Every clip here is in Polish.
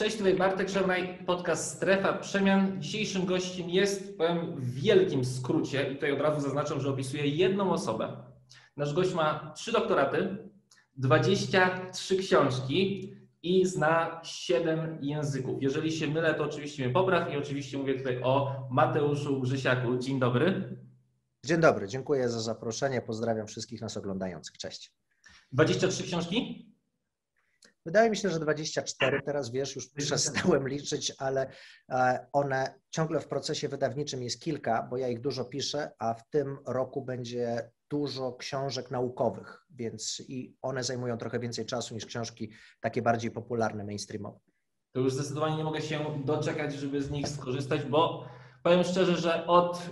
Cześć, tutaj Bartek Szemraj, podcast Strefa Przemian. Dzisiejszym gościem jest, powiem w wielkim skrócie, i tutaj od razu zaznaczam, że opisuję jedną osobę. Nasz gość ma 3 doktoraty, 23 książki i zna 7 języków. Jeżeli się mylę, to oczywiście mnie popraw i oczywiście mówię tutaj o Mateuszu Grzysiaku. Dzień dobry. Dzień dobry, dziękuję za zaproszenie. Pozdrawiam wszystkich nas oglądających. Cześć. 23 książki? Wydaje mi się, że 24, teraz wiesz, już przestałem liczyć, ale one ciągle w procesie wydawniczym jest kilka, bo ja ich dużo piszę, a w tym roku będzie dużo książek naukowych, więc i one zajmują trochę więcej czasu niż książki takie bardziej popularne, mainstreamowe. To już zdecydowanie nie mogę się doczekać, żeby z nich skorzystać, bo powiem szczerze, że od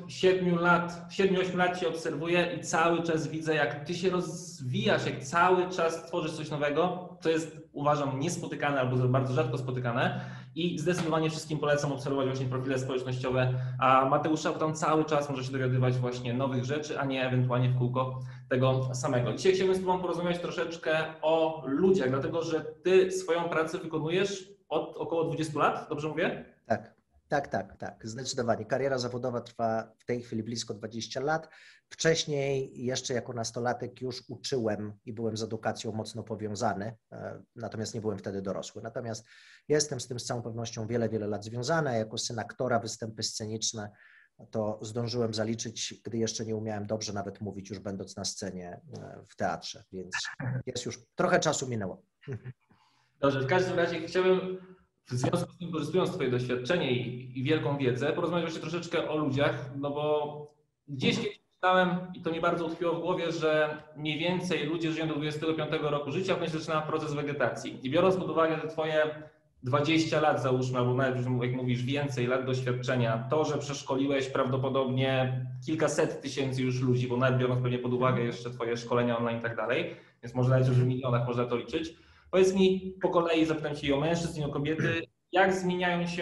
7-8 lat Cię obserwuję i cały czas widzę, jak Ty się rozwijasz, jak cały czas tworzysz coś nowego, co jest, uważam, niespotykane albo bardzo rzadko spotykane i zdecydowanie wszystkim polecam obserwować właśnie profile społecznościowe, a Mateusza, bo tam cały czas może się dowiadywać właśnie nowych rzeczy, a nie ewentualnie w kółko tego samego. Dzisiaj chciałbym z Tobą porozmawiać troszeczkę o ludziach, dlatego że Ty swoją pracę wykonujesz od około 20 lat, dobrze mówię? Tak, zdecydowanie. Kariera zawodowa trwa w tej chwili blisko 20 lat. Wcześniej jeszcze jako nastolatek już uczyłem i byłem z edukacją mocno powiązany, natomiast nie byłem wtedy dorosły. Natomiast jestem z tym z całą pewnością wiele lat związany. Jako syn aktora występy sceniczne to zdążyłem zaliczyć, gdy jeszcze nie umiałem dobrze nawet mówić, już będąc na scenie w teatrze, więc jest już trochę czasu minęło. Dobrze, w każdym razie chciałbym w związku z tym, korzystując z Twoje doświadczenie i wielką wiedzę, porozmawiać właśnie troszeczkę o ludziach, no bo gdzieś kiedyś czytałem i to mi bardzo utkwiło w głowie, że mniej więcej ludzie żyją do 25 roku życia, ponieważ zaczyna proces wegetacji. I biorąc pod uwagę te Twoje 20 lat załóżmy, albo nawet jak mówisz więcej lat doświadczenia, to, że przeszkoliłeś prawdopodobnie kilkaset tysięcy już ludzi, bo nawet biorąc pewnie pod uwagę jeszcze Twoje szkolenia online i tak dalej, więc może nawet już w milionach można to liczyć. Powiedz mi po kolei, zapytam Cię o mężczyzn i o kobiety, jak zmieniają się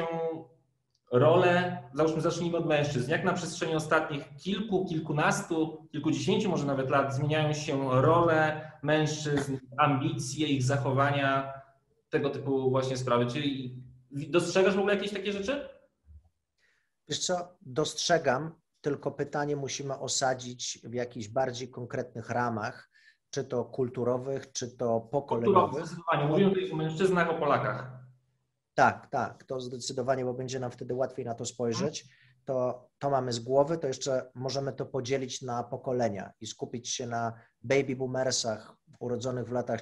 role, załóżmy zacznijmy od mężczyzn, jak na przestrzeni ostatnich kilkunastu, kilkudziesięciu może nawet lat zmieniają się role mężczyzn, ambicje, ich zachowania, tego typu właśnie sprawy. Czyli dostrzegasz w ogóle jakieś takie rzeczy? Wiesz co, dostrzegam, tylko pytanie musimy osadzić w jakichś bardziej konkretnych ramach, czy to kulturowych, czy to pokoleniowych. Zdecydowanie. Mówimy tutaj o mężczyznach, o Polakach. Tak, to zdecydowanie, bo będzie nam wtedy łatwiej na to spojrzeć. To mamy z głowy, to jeszcze możemy to podzielić na pokolenia i skupić się na baby boomersach urodzonych w latach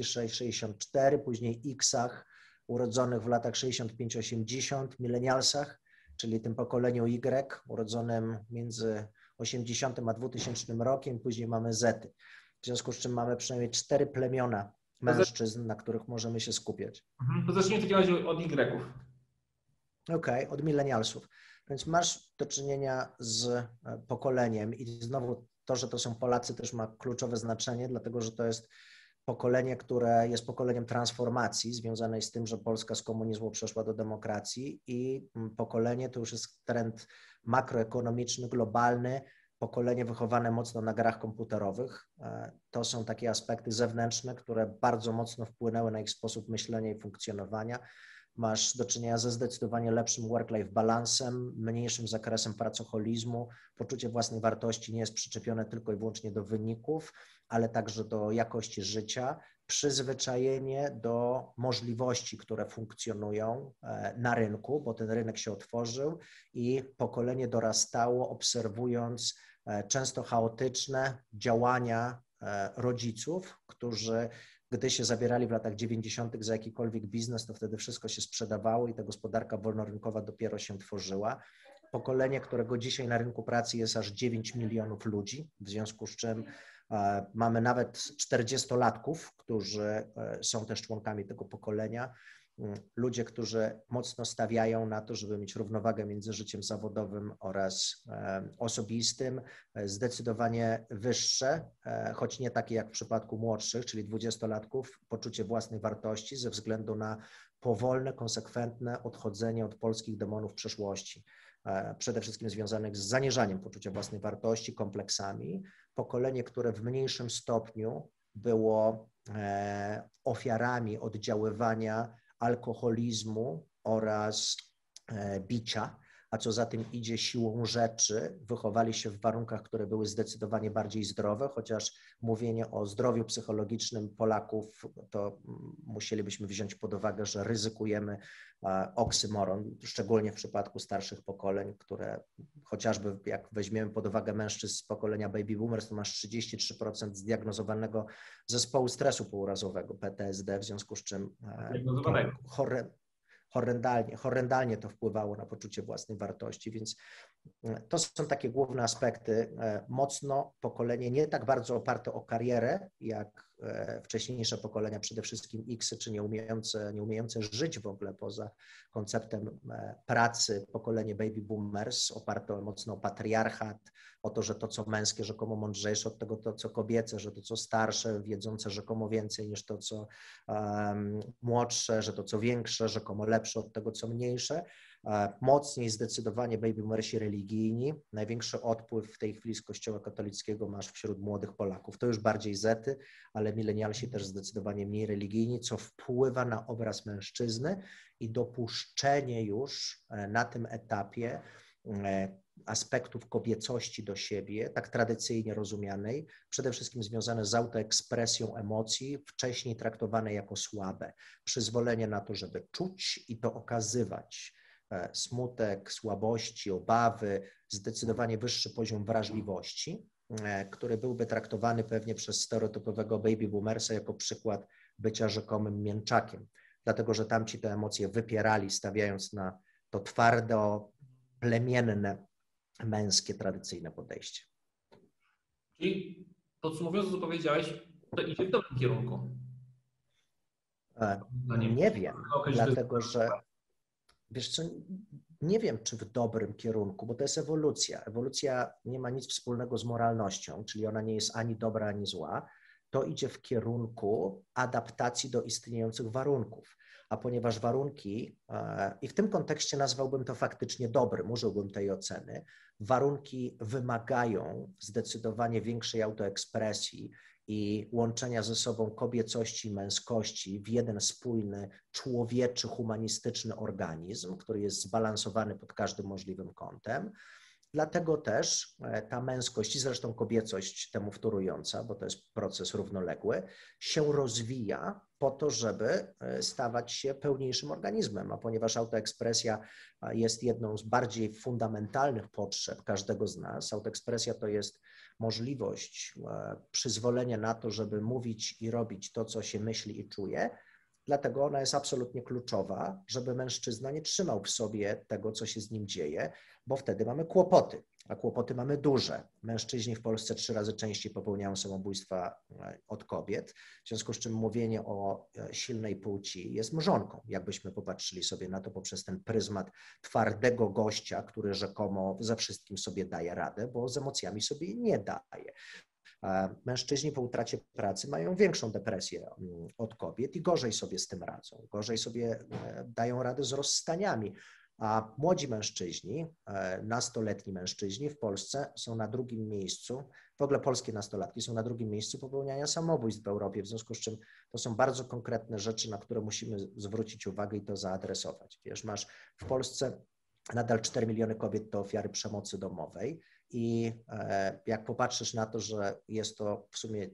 46-64, później X-ach urodzonych w latach 65-80, millennialsach, czyli tym pokoleniu Y urodzonym między 80 a 2000 rokiem, później mamy Zety. W związku z czym mamy przynajmniej 4 plemiona mężczyzn, na których możemy się skupiać. To zacznijmy w takim razie od Y-ów. Okej, od millennialsów. Więc masz do czynienia z pokoleniem i znowu to, że to są Polacy, też ma kluczowe znaczenie, dlatego że to jest pokolenie, które jest pokoleniem transformacji związanej z tym, że Polska z komunizmu przeszła do demokracji i pokolenie to już jest trend makroekonomiczny, globalny, pokolenie wychowane mocno na grach komputerowych. To są takie aspekty zewnętrzne, które bardzo mocno wpłynęły na ich sposób myślenia i funkcjonowania. Masz do czynienia ze zdecydowanie lepszym work-life balansem, mniejszym zakresem pracoholizmu. Poczucie własnej wartości nie jest przyczepione tylko i wyłącznie do wyników, ale także do jakości życia, przyzwyczajenie do możliwości, które funkcjonują na rynku, bo ten rynek się otworzył i pokolenie dorastało, obserwując często chaotyczne działania rodziców, którzy gdy się zabierali w latach 90. za jakikolwiek biznes, to wtedy wszystko się sprzedawało i ta gospodarka wolnorynkowa dopiero się tworzyła. Pokolenie, którego dzisiaj na rynku pracy jest aż 9 milionów ludzi, w związku z czym mamy nawet 40-latków, którzy są też członkami tego pokolenia. Ludzie, którzy mocno stawiają na to, żeby mieć równowagę między życiem zawodowym oraz osobistym, zdecydowanie wyższe, choć nie takie jak w przypadku młodszych, czyli 20-latków, poczucie własnej wartości ze względu na powolne, konsekwentne odchodzenie od polskich demonów przeszłości, przede wszystkim związanych z zaniżaniem poczucia własnej wartości, kompleksami. Pokolenie, które w mniejszym stopniu było ofiarami oddziaływania alkoholizmu oraz bicia, a co za tym idzie siłą rzeczy, wychowali się w warunkach, które były zdecydowanie bardziej zdrowe, chociaż mówienie o zdrowiu psychologicznym Polaków, to musielibyśmy wziąć pod uwagę, że ryzykujemy oksymoron, szczególnie w przypadku starszych pokoleń, które chociażby jak weźmiemy pod uwagę mężczyzn z pokolenia baby boomers, to masz 33% zdiagnozowanego zespołu stresu pourazowego, PTSD, w związku z czym horrendalnie to wpływało na poczucie własnej wartości, więc to są takie główne aspekty. Mocno pokolenie nie tak bardzo oparte o karierę, jak wcześniejsze pokolenia, przede wszystkim X-y, czy nie umiejące żyć w ogóle poza konceptem pracy, pokolenie baby boomers, oparte mocno o patriarchat, o to, że to, co męskie, rzekomo mądrzejsze od tego, to, co kobiece, że to, co starsze, wiedzące rzekomo więcej niż to, co młodsze, że to, co większe, rzekomo lepsze od tego, co mniejsze. Mocniej zdecydowanie baby boomersi religijni. Największy odpływ w tej chwili z Kościoła katolickiego masz wśród młodych Polaków. To już bardziej zety, ale milenialsi też zdecydowanie mniej religijni, co wpływa na obraz mężczyzny i dopuszczenie już na tym etapie aspektów kobiecości do siebie, tak tradycyjnie rozumianej, przede wszystkim związane z autoekspresją emocji, wcześniej traktowane jako słabe. Przyzwolenie na to, żeby czuć i to okazywać. Smutek, słabości, obawy, zdecydowanie wyższy poziom wrażliwości, który byłby traktowany pewnie przez stereotypowego baby boomersa jako przykład bycia rzekomym mięczakiem, dlatego że tamci te emocje wypierali, stawiając na to twarde, plemienne, męskie, tradycyjne podejście. Czyli podsumowując, co powiedziałeś, to idzie w dobrym kierunku. Nie wiem, dlatego że wiesz co, nie wiem, czy w dobrym kierunku, bo to jest ewolucja. Ewolucja nie ma nic wspólnego z moralnością, czyli ona nie jest ani dobra, ani zła. To idzie w kierunku adaptacji do istniejących warunków. A ponieważ warunki, i w tym kontekście nazwałbym to faktycznie dobrym, użyłbym tej oceny, warunki wymagają zdecydowanie większej autoekspresji i łączenia ze sobą kobiecości i męskości w jeden spójny, człowieczy, humanistyczny organizm, który jest zbalansowany pod każdym możliwym kątem. Dlatego też ta męskość i zresztą kobiecość temu wtórująca, bo to jest proces równoległy, się rozwija po to, żeby stawać się pełniejszym organizmem, a ponieważ autoekspresja jest jedną z bardziej fundamentalnych potrzeb każdego z nas, autoekspresja to jest możliwość przyzwolenia na to, żeby mówić i robić to, co się myśli i czuje. Dlatego ona jest absolutnie kluczowa, żeby mężczyzna nie trzymał w sobie tego, co się z nim dzieje, bo wtedy mamy kłopoty, a kłopoty mamy duże. Mężczyźni w Polsce 3 razy częściej popełniają samobójstwa od kobiet, w związku z czym mówienie o silnej płci jest mrzonką, jakbyśmy popatrzyli sobie na to poprzez ten pryzmat twardego gościa, który rzekomo ze wszystkim sobie daje radę, bo z emocjami sobie nie daje. Mężczyźni po utracie pracy mają większą depresję od kobiet i gorzej sobie z tym radzą, gorzej sobie dają radę z rozstaniami. A młodzi mężczyźni, nastoletni mężczyźni w Polsce są na drugim miejscu, w ogóle polskie nastolatki są na drugim miejscu popełniania samobójstw w Europie, w związku z czym to są bardzo konkretne rzeczy, na które musimy zwrócić uwagę i to zaadresować. Wiesz, masz w Polsce nadal 4 miliony kobiet to ofiary przemocy domowej i jak popatrzysz na to, że jest to w sumie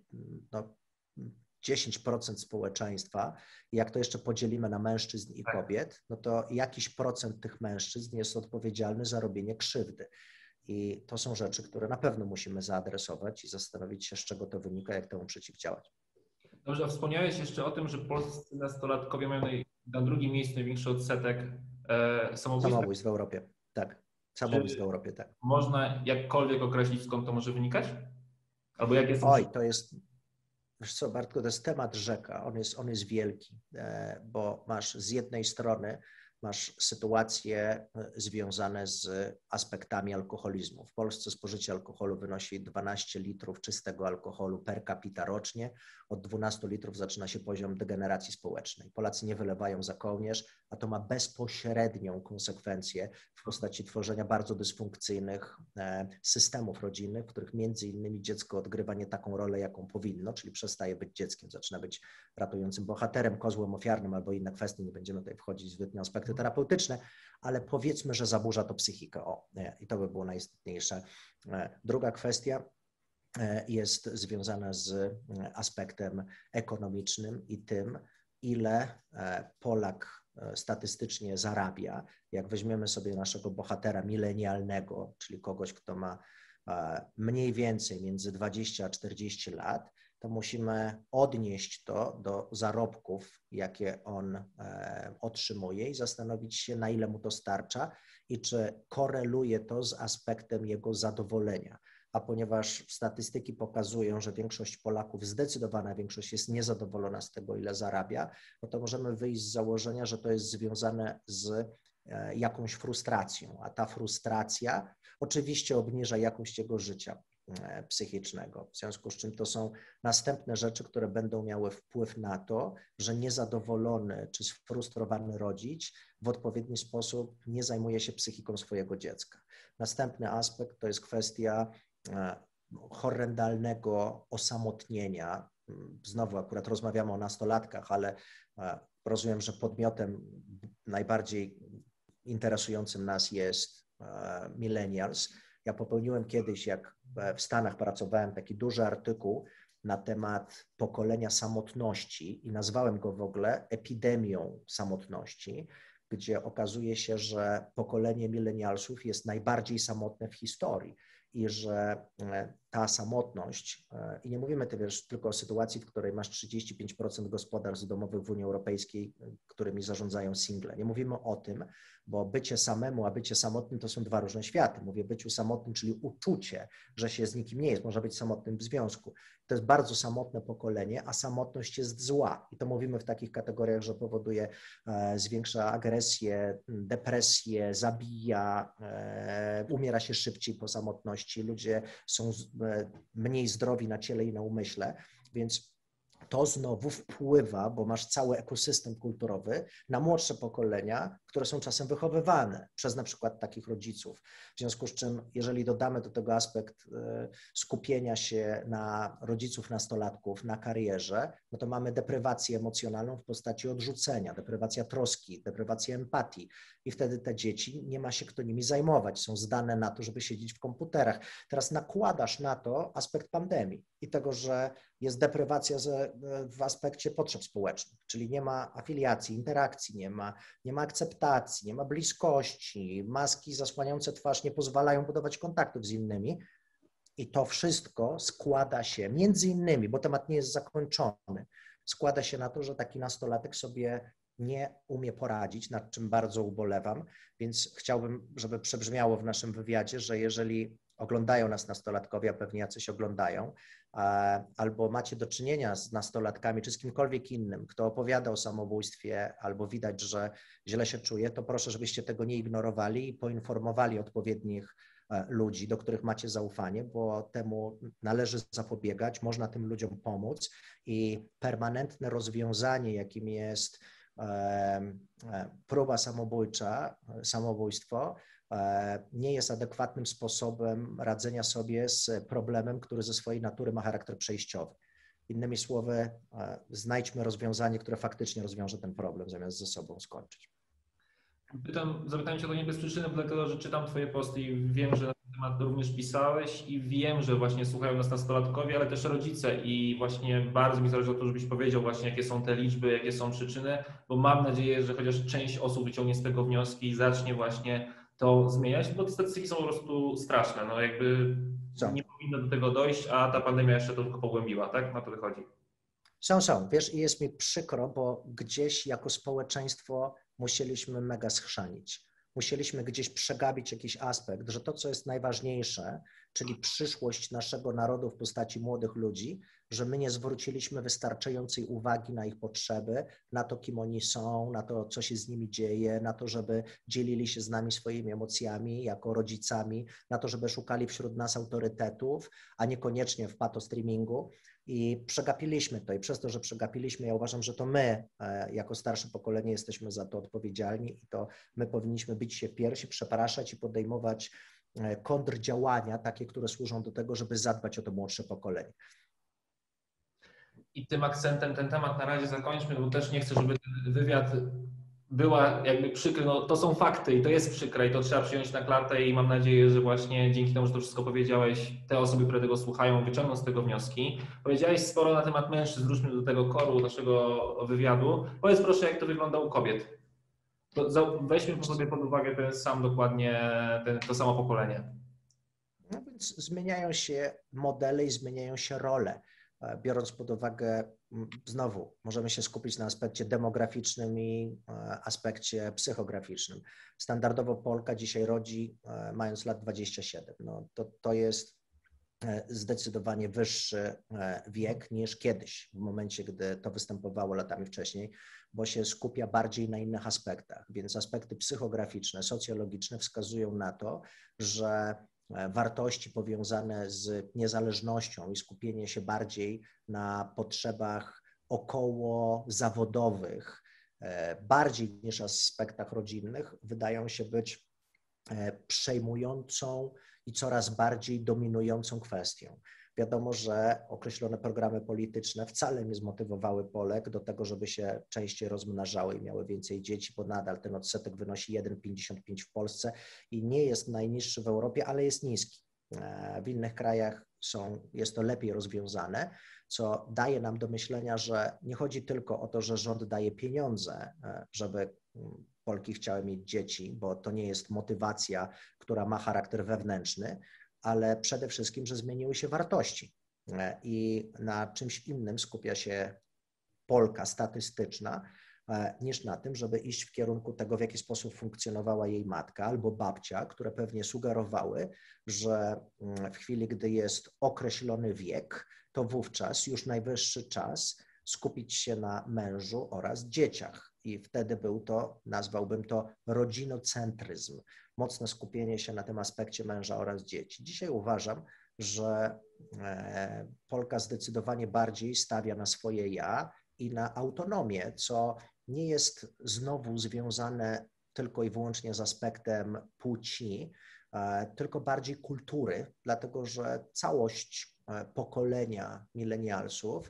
10% społeczeństwa, i jak to jeszcze podzielimy na mężczyzn i kobiet, no to jakiś procent tych mężczyzn jest odpowiedzialny za robienie krzywdy. I to są rzeczy, które na pewno musimy zaadresować i zastanowić się, z czego to wynika, jak temu przeciwdziałać. Dobrze, a wspomniałeś jeszcze o tym, że polscy nastolatkowie mają na drugim miejscu największy odsetek samobójstw. Samobójstw w Europie, tak. Samobójstw w Europie, tak. Można jakkolwiek określić, skąd to może wynikać? Albo jak jest... Oj, to jest... Wiesz co, Bartku, to jest temat rzeka, on jest wielki, bo masz z jednej strony masz sytuacje związane z aspektami alkoholizmu. W Polsce spożycie alkoholu wynosi 12 litrów czystego alkoholu per capita rocznie. Od 12 litrów zaczyna się poziom degeneracji społecznej. Polacy nie wylewają za kołnierz, a to ma bezpośrednią konsekwencję w postaci tworzenia bardzo dysfunkcyjnych systemów rodzinnych, w których między innymi dziecko odgrywa nie taką rolę, jaką powinno, czyli przestaje być dzieckiem, zaczyna być ratującym bohaterem, kozłem ofiarnym albo inne kwestie. Nie będziemy tutaj wchodzić zbytnio w aspekty terapeutyczne, ale powiedzmy, że zaburza to psychikę. I to by było najistotniejsze. Druga kwestia jest związana z aspektem ekonomicznym i tym, ile Polak statystycznie zarabia. Jak weźmiemy sobie naszego bohatera milenialnego, czyli kogoś, kto ma mniej więcej między 20 a 40 lat, to musimy odnieść to do zarobków, jakie on otrzymuje i zastanowić się, na ile mu to starcza i czy koreluje to z aspektem jego zadowolenia. A ponieważ statystyki pokazują, że większość Polaków, zdecydowana większość jest niezadowolona z tego, ile zarabia, no to możemy wyjść z założenia, że to jest związane z jakąś frustracją, a ta frustracja oczywiście obniża jakość jego życia psychicznego, w związku z czym to są następne rzeczy, które będą miały wpływ na to, że niezadowolony czy sfrustrowany rodzic w odpowiedni sposób nie zajmuje się psychiką swojego dziecka. Następny aspekt to jest kwestia horrendalnego osamotnienia. Znowu akurat rozmawiamy o nastolatkach, ale rozumiem, że podmiotem najbardziej interesującym nas jest millennials. Ja popełniłem kiedyś, jak w Stanach pracowałem, taki duży artykuł na temat pokolenia samotności i nazwałem go w ogóle epidemią samotności, gdzie okazuje się, że pokolenie milenialsów jest najbardziej samotne w historii i że ta samotność, i nie mówimy tylko o sytuacji, w której masz 35% gospodarstw domowych w Unii Europejskiej, którymi zarządzają single. Nie mówimy o tym, bo bycie samemu, a bycie samotnym to są dwa różne światy. Mówię byciu samotnym, czyli uczucie, że się z nikim nie jest, można być samotnym w związku. To jest bardzo samotne pokolenie, a samotność jest zła. I to mówimy w takich kategoriach, że powoduje, zwiększa agresję, depresję, zabija, umiera się szybciej po samotności, ludzie są mniej zdrowi na ciele i na umyśle, więc to znowu wpływa, bo masz cały ekosystem kulturowy na młodsze pokolenia, które są czasem wychowywane przez na przykład takich rodziców. W związku z czym, jeżeli dodamy do tego aspekt skupienia się na rodziców nastolatków, na karierze, no to mamy deprywację emocjonalną w postaci odrzucenia, deprywacja troski, deprywacja empatii i wtedy te dzieci nie ma się kto nimi zajmować, są zdane na to, żeby siedzieć w komputerach. Teraz nakładasz na to aspekt pandemii i tego, że jest deprywacja w aspekcie potrzeb społecznych, czyli nie ma afiliacji, interakcji, nie ma akceptacji, nie ma bliskości, maski zasłaniające twarz nie pozwalają budować kontaktów z innymi i to wszystko składa się między innymi, bo temat nie jest zakończony, składa się na to, że taki nastolatek sobie nie umie poradzić, nad czym bardzo ubolewam, więc chciałbym, żeby przebrzmiało w naszym wywiadzie, że jeżeli oglądają nas nastolatkowie, a pewnie jacyś oglądają, albo macie do czynienia z nastolatkami, czy z kimkolwiek innym, kto opowiada o samobójstwie, albo widać, że źle się czuje, to proszę, żebyście tego nie ignorowali i poinformowali odpowiednich ludzi, do których macie zaufanie, bo temu należy zapobiegać, można tym ludziom pomóc i permanentne rozwiązanie, jakim jest próba samobójcza, samobójstwo, nie jest adekwatnym sposobem radzenia sobie z problemem, który ze swojej natury ma charakter przejściowy. Innymi słowy, znajdźmy rozwiązanie, które faktycznie rozwiąże ten problem, zamiast ze sobą skończyć. Zapytałem cię o to nie bez przyczyny, dlatego że czytam twoje posty i wiem, że na ten temat również pisałeś i wiem, że właśnie słuchają nas nastolatkowie, ale też rodzice i właśnie bardzo mi zależy o to, żebyś powiedział właśnie, jakie są te liczby, jakie są przyczyny, bo mam nadzieję, że chociaż część osób wyciągnie z tego wnioski i zacznie właśnie to zmieniać, bo te statystyki są po prostu straszne, no jakby nie powinno do tego dojść, a ta pandemia jeszcze to tylko pogłębiła, tak? Na to wychodzi. Są. Wiesz, i jest mi przykro, bo gdzieś jako społeczeństwo musieliśmy mega schrzanić. musieliśmy gdzieś przegapić jakiś aspekt, że to, co jest najważniejsze, czyli przyszłość naszego narodu w postaci młodych ludzi, że my nie zwróciliśmy wystarczającej uwagi na ich potrzeby, na to, kim oni są, na to, co się z nimi dzieje, na to, żeby dzielili się z nami swoimi emocjami jako rodzicami, na to, żeby szukali wśród nas autorytetów, a niekoniecznie w patostreamingu. I przegapiliśmy to i przez to, że przegapiliśmy, ja uważam, że to my jako starsze pokolenie jesteśmy za to odpowiedzialni i to my powinniśmy bić się w piersi, przepraszać i podejmować kontrdziałania, takie, które służą do tego, żeby zadbać o to młodsze pokolenie. I tym akcentem ten temat na razie zakończmy, bo też nie chcę, żeby ten wywiad była jakby przykry. No, to są fakty i to jest przykre i to trzeba przyjąć na klatę i mam nadzieję, że właśnie dzięki temu, że to wszystko powiedziałeś, te osoby, które tego słuchają, wyciągną z tego wnioski. Powiedziałeś sporo na temat mężczyzn, wróćmy do tego koru naszego wywiadu. Powiedz proszę, jak to wygląda u kobiet. Weźmy sobie pod uwagę ten sam dokładnie, to samo pokolenie. No więc zmieniają się modele i zmieniają się role. Biorąc pod uwagę, znowu możemy się skupić na aspekcie demograficznym i aspekcie psychograficznym. Standardowo Polka dzisiaj rodzi mając lat 27. No to jest zdecydowanie wyższy wiek niż kiedyś, w momencie, gdy to występowało latami wcześniej, bo się skupia bardziej na innych aspektach. Więc aspekty psychograficzne, socjologiczne wskazują na to, że wartości powiązane z niezależnością i skupienie się bardziej na potrzebach około zawodowych, bardziej niż aspektach rodzinnych, wydają się być przejmującą i coraz bardziej dominującą kwestią. Wiadomo, że określone programy polityczne wcale nie zmotywowały Polek do tego, żeby się częściej rozmnażały i miały więcej dzieci, bo nadal ten odsetek wynosi 1,55 w Polsce i nie jest najniższy w Europie, ale jest niski. W innych krajach jest to lepiej rozwiązane, co daje nam do myślenia, że nie chodzi tylko o to, że rząd daje pieniądze, żeby Polki chciały mieć dzieci, bo to nie jest motywacja, która ma charakter wewnętrzny, ale przede wszystkim, że zmieniły się wartości i na czymś innym skupia się Polka statystyczna, niż na tym, żeby iść w kierunku tego, w jaki sposób funkcjonowała jej matka albo babcia, które pewnie sugerowały, że w chwili, gdy jest określony wiek, to wówczas już najwyższy czas skupić się na mężu oraz dzieciach. I wtedy nazwałbym to rodzinocentryzm, mocne skupienie się na tym aspekcie męża oraz dzieci. Dzisiaj uważam, że Polka zdecydowanie bardziej stawia na swoje ja i na autonomię, co nie jest znowu związane tylko i wyłącznie z aspektem płci, tylko bardziej kultury, dlatego że całość pokolenia milenialsów,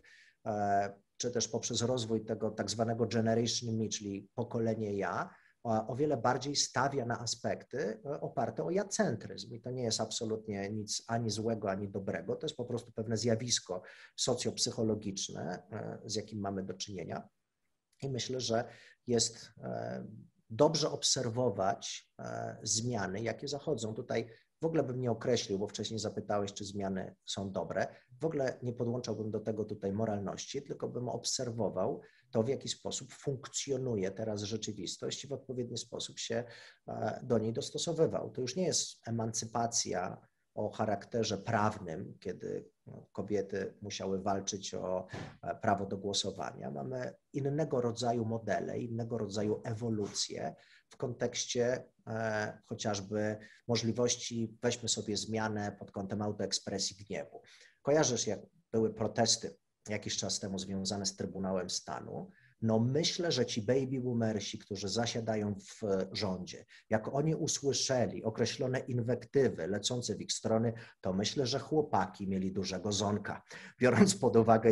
czy też poprzez rozwój tego tak zwanego Generation Me, czyli pokolenie ja, o wiele bardziej stawia na aspekty oparte o jacentryzm. I to nie jest absolutnie nic ani złego, ani dobrego. To jest po prostu pewne zjawisko socjopsychologiczne, z jakim mamy do czynienia. I myślę, że jest dobrze obserwować zmiany, jakie zachodzą. Tutaj w ogóle bym nie określił, bo wcześniej zapytałeś, czy zmiany są dobre. W ogóle nie podłączałbym do tego tutaj moralności, tylko bym obserwował to, w jaki sposób funkcjonuje teraz rzeczywistość i w odpowiedni sposób się do niej dostosowywał. To już nie jest emancypacja o charakterze prawnym, kiedy kobiety musiały walczyć o prawo do głosowania. Mamy innego rodzaju modele, innego rodzaju ewolucje w kontekście chociażby możliwości, weźmy sobie zmianę pod kątem autoekspresji gniewu. Kojarzysz, jak były protesty jakiś czas temu związane z Trybunałem Stanu? No myślę, że ci baby boomersi, którzy zasiadają w rządzie, jak oni usłyszeli określone inwektywy lecące w ich strony, to myślę, że chłopaki mieli dużego zonka, biorąc pod uwagę,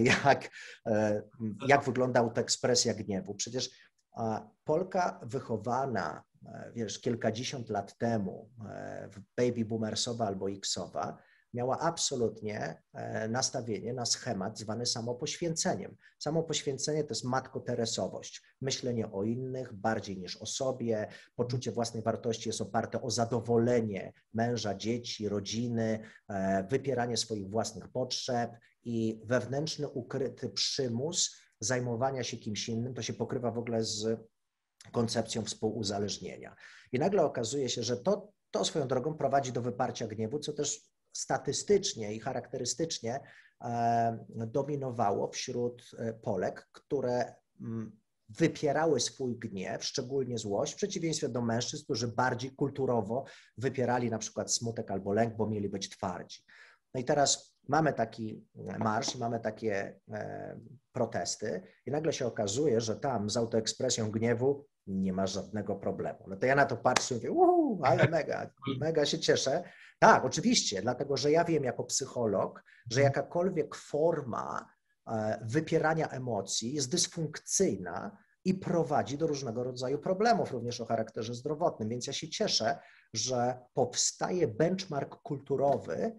jak wygląda autoekspresja gniewu. Przecież Polka wychowana, kilkadziesiąt lat temu, baby boomersowa albo X-owa, miała absolutnie nastawienie na schemat zwany samopoświęceniem. Samopoświęcenie to jest matko-teresowość, myślenie o innych bardziej niż o sobie, poczucie własnej wartości jest oparte o zadowolenie męża, dzieci, rodziny, wypieranie swoich własnych potrzeb i wewnętrzny, ukryty przymus zajmowania się kimś innym. To się pokrywa w ogóle z koncepcją współuzależnienia. I nagle okazuje się, że to swoją drogą prowadzi do wyparcia gniewu, co też statystycznie i charakterystycznie dominowało wśród Polek, które wypierały swój gniew, szczególnie złość, w przeciwieństwie do mężczyzn, którzy bardziej kulturowo wypierali na przykład smutek albo lęk, bo mieli być twardzi. No i teraz mamy taki marsz, mamy takie protesty i nagle się okazuje, że tam z autoekspresją gniewu nie ma żadnego problemu. No to ja na to patrzę i mówię, ale mega się cieszę. Tak, oczywiście, dlatego że ja wiem jako psycholog, że jakakolwiek forma wypierania emocji jest dysfunkcyjna i prowadzi do różnego rodzaju problemów, również o charakterze zdrowotnym. Więc ja się cieszę, że powstaje benchmark kulturowy,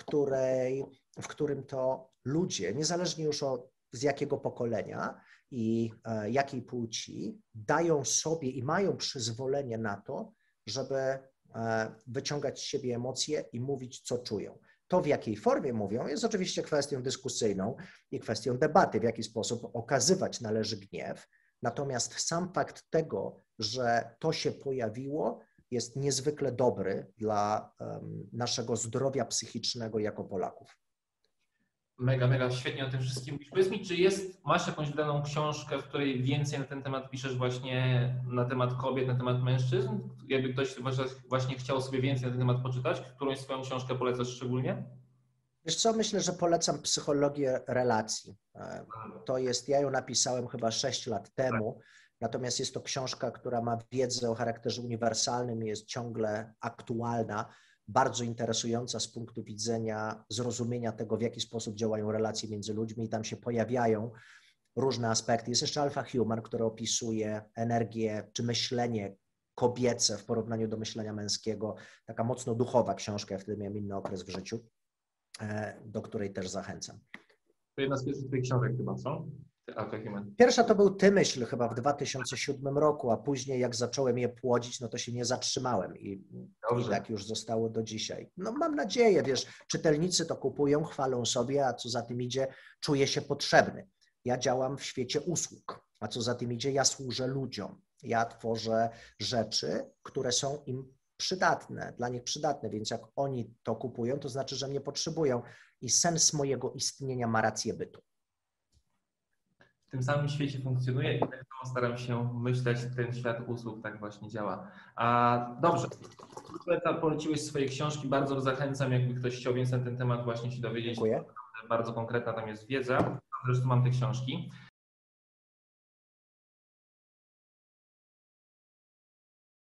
w którym to ludzie, niezależnie już z jakiego pokolenia i jakiej płci, dają sobie i mają przyzwolenie na to, żeby wyciągać z siebie emocje i mówić, co czują. To, w jakiej formie mówią, jest oczywiście kwestią dyskusyjną i kwestią debaty, w jaki sposób okazywać należy gniew. Natomiast sam fakt tego, że to się pojawiło, jest niezwykle dobry dla naszego zdrowia psychicznego jako Polaków. Mega świetnie o tym wszystkim mówisz. Powiedz mi, czy masz jakąś wydaną książkę, w której więcej na ten temat piszesz właśnie na temat kobiet, na temat mężczyzn? Jakby ktoś właśnie chciał sobie więcej na ten temat poczytać, którąś swoją książkę polecasz szczególnie? Wiesz co, myślę, że polecam Psychologię relacji. Ja ją napisałem chyba 6 lat temu, natomiast jest to książka, która ma wiedzę o charakterze uniwersalnym i jest ciągle aktualna, bardzo interesująca z punktu widzenia zrozumienia tego, w jaki sposób działają relacje między ludźmi i tam się pojawiają różne aspekty. Jest jeszcze Alpha Human, który opisuje energię czy myślenie kobiece w porównaniu do myślenia męskiego. Taka mocno duchowa książka, ja wtedy miałem inny okres w życiu, do której też zachęcam. To jedna z pierwszych tych książek chyba, co? Alpha Human. Pierwsza to był Ty myśl chyba w 2007 roku, a później jak zacząłem je płodzić, no to się nie zatrzymałem i tak już zostało do dzisiaj. No mam nadzieję, wiesz, czytelnicy to kupują, chwalą sobie, a co za tym idzie, czuję się potrzebny. Ja działam w świecie usług, a co za tym idzie, ja służę ludziom. Ja tworzę rzeczy, które są im przydatne, dla nich przydatne, więc jak oni to kupują, to znaczy, że mnie potrzebują i sens mojego istnienia ma rację bytu. W tym samym świecie funkcjonuje i tak samo staram się myśleć, ten świat usług tak właśnie działa. Dobrze, poleciłeś swoje książki, bardzo zachęcam, jakby ktoś chciał więcej na ten temat właśnie się dowiedzieć. Dziękuję. Bardzo konkretna tam jest wiedza, zresztą mam te książki.